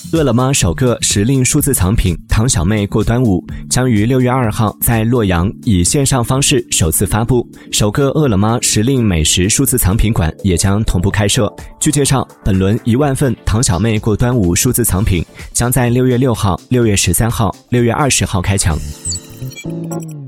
饿了么首个时令数字藏品糖小妹过端午将于6月2号在洛阳以线上方式首次发布，首个饿了么时令美食数字藏品馆也将同步开设。据介绍，本轮1万份糖小妹过端午数字藏品将在6月6号、6月13号、6月20号开抢。